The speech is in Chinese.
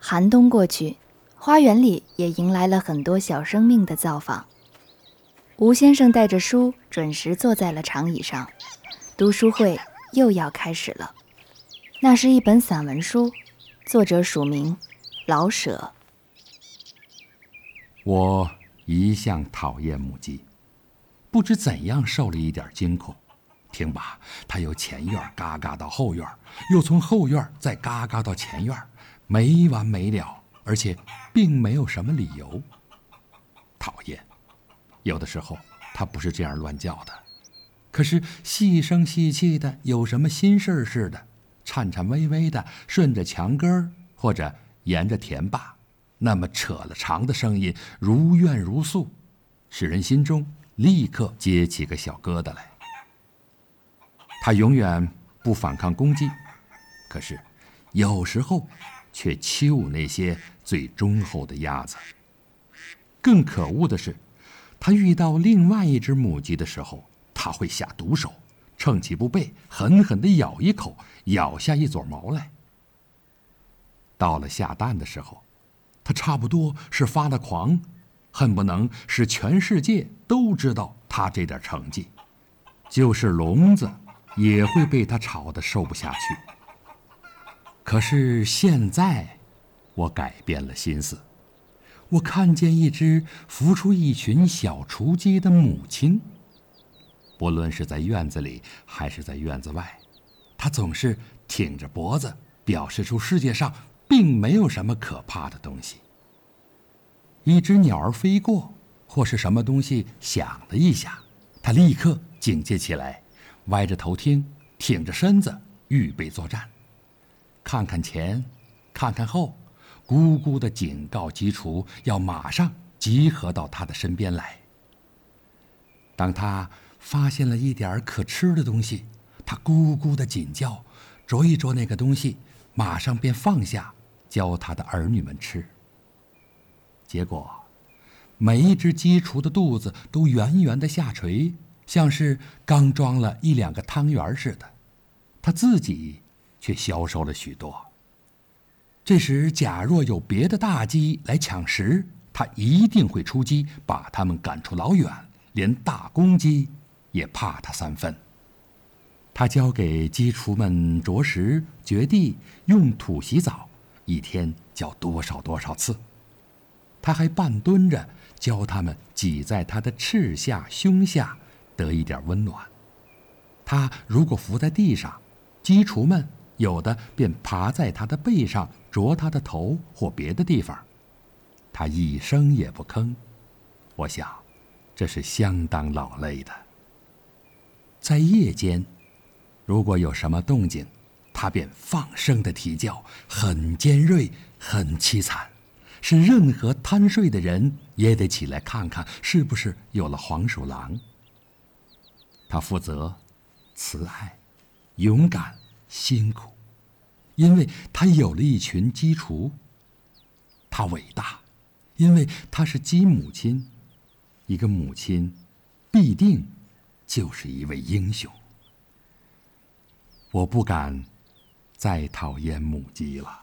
寒冬过去，花园里也迎来了很多小生命的造访。吴先生带着书准时坐在了长椅上，读书会又要开始了。那是一本散文书，作者署名老舍。 我一向讨厌母鸡，不知怎样受了一点惊恐。听吧，它由前院嘎嘎到后院，又从后院再嘎嘎到前院，没完没了，而且并没有什么理由。讨厌，有的时候它不是这样乱叫的，可是细声细气的，有什么心事似的，颤颤巍巍的顺着墙根或者沿着田坝，那么扯了长的声音如怨如诉，使人心中立刻结起个小疙瘩来。它永远不反抗攻击，可是有时候却欺侮那些最忠厚的鸭子。更可恶的是，它遇到另外一只母鸡的时候，它会下毒手，趁其不备，狠狠地咬一口，咬下一撮毛来。到了下蛋的时候，它差不多是发了狂，恨不能使全世界都知道它这点成绩，就是聋子也会被它吵得受不下去。可是现在我改变了心思，我看见一只孵出一群小雏鸡的母亲，不论是在院子里还是在院子外，它总是挺着脖子，表示出世界上并没有什么可怕的东西。一只鸟儿飞过，或是什么东西响了一下，它立刻警戒起来，歪着头听，挺着身子，预备作战。看看前，看看后，咕咕地警告鸡雏要马上集合到它的身边来。当它发现了一点可吃的东西，它咕咕地紧叫，啄一啄那个东西，马上便放下，教它的儿女们吃。结果每一只鸡雏的肚子都圆圆的下垂，像是刚装了一两个汤圆似的，它自己却消瘦了许多。这时假若有别的大鸡来抢食，它一定会出击，把它们赶出老远，连大公鸡也怕它三分。它教给鸡雏们啄食、掘地、用土洗澡，一天教多少次。他还半蹲着教他们挤在他的翅下、胸下，得一点温暖。他如果伏在地上，鸡雏们有的便爬在他的背上，啄他的头或别的地方，他一声也不吭。我想，这是相当劳累的。在夜间，如果有什么动静，他便放声的啼叫，很尖锐，很凄惨，是任何贪睡的人也得起来看看是不是有了黄鼠狼。他负责、慈爱、勇敢、辛苦，因为他有了一群鸡雏。他伟大，因为他是鸡母亲。一个母亲必定就是一位英雄。我不敢再讨厌母鸡了。